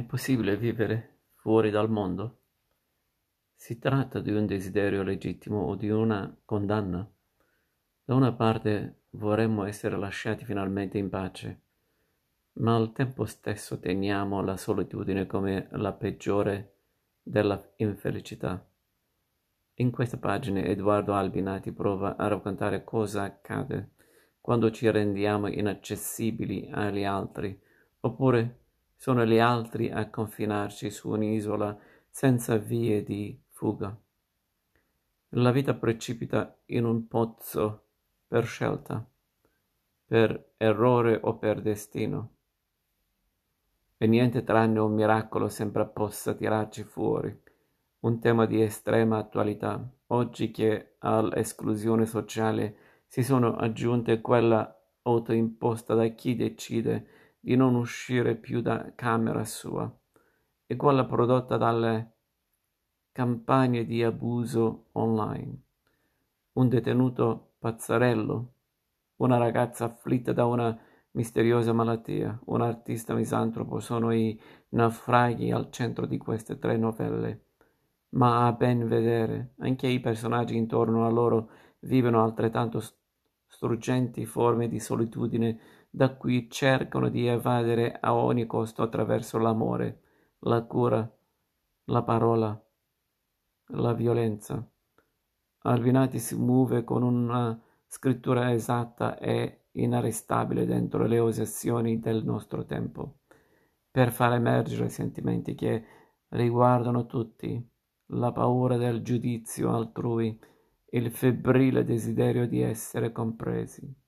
È possibile vivere fuori dal mondo? Si tratta di un desiderio legittimo o di una condanna? Da una parte vorremmo essere lasciati finalmente in pace, ma al tempo stesso temiamo la solitudine come la peggiore della infelicità. In queste pagine Edoardo Albinati prova a raccontare cosa accade quando ci rendiamo inaccessibili agli altri, oppure sono gli altri a confinarci su un'isola senza vie di fuga. La vita precipita in un pozzo per scelta, per errore o per destino, e niente tranne un miracolo sembra possa tirarci fuori. Un tema di estrema attualità, oggi che all'esclusione sociale si sono aggiunte quella autoimposta da chi decide di non uscire più da camera sua e quella prodotta dalle campagne di abuso online. Un detenuto pazzarello, una ragazza afflitta da una misteriosa malattia, un artista misantropo sono i naufraghi al centro di queste tre novelle. Ma a ben vedere, anche i personaggi intorno a loro vivono altrettanto struggenti forme di solitudine da cui cercano di evadere a ogni costo attraverso l'amore, la cura, la parola, la violenza. Albinati si muove con una scrittura esatta e inarrestabile dentro le ossessioni del nostro tempo, per far emergere sentimenti che riguardano tutti, la paura del giudizio altrui, il febbrile desiderio di essere compresi.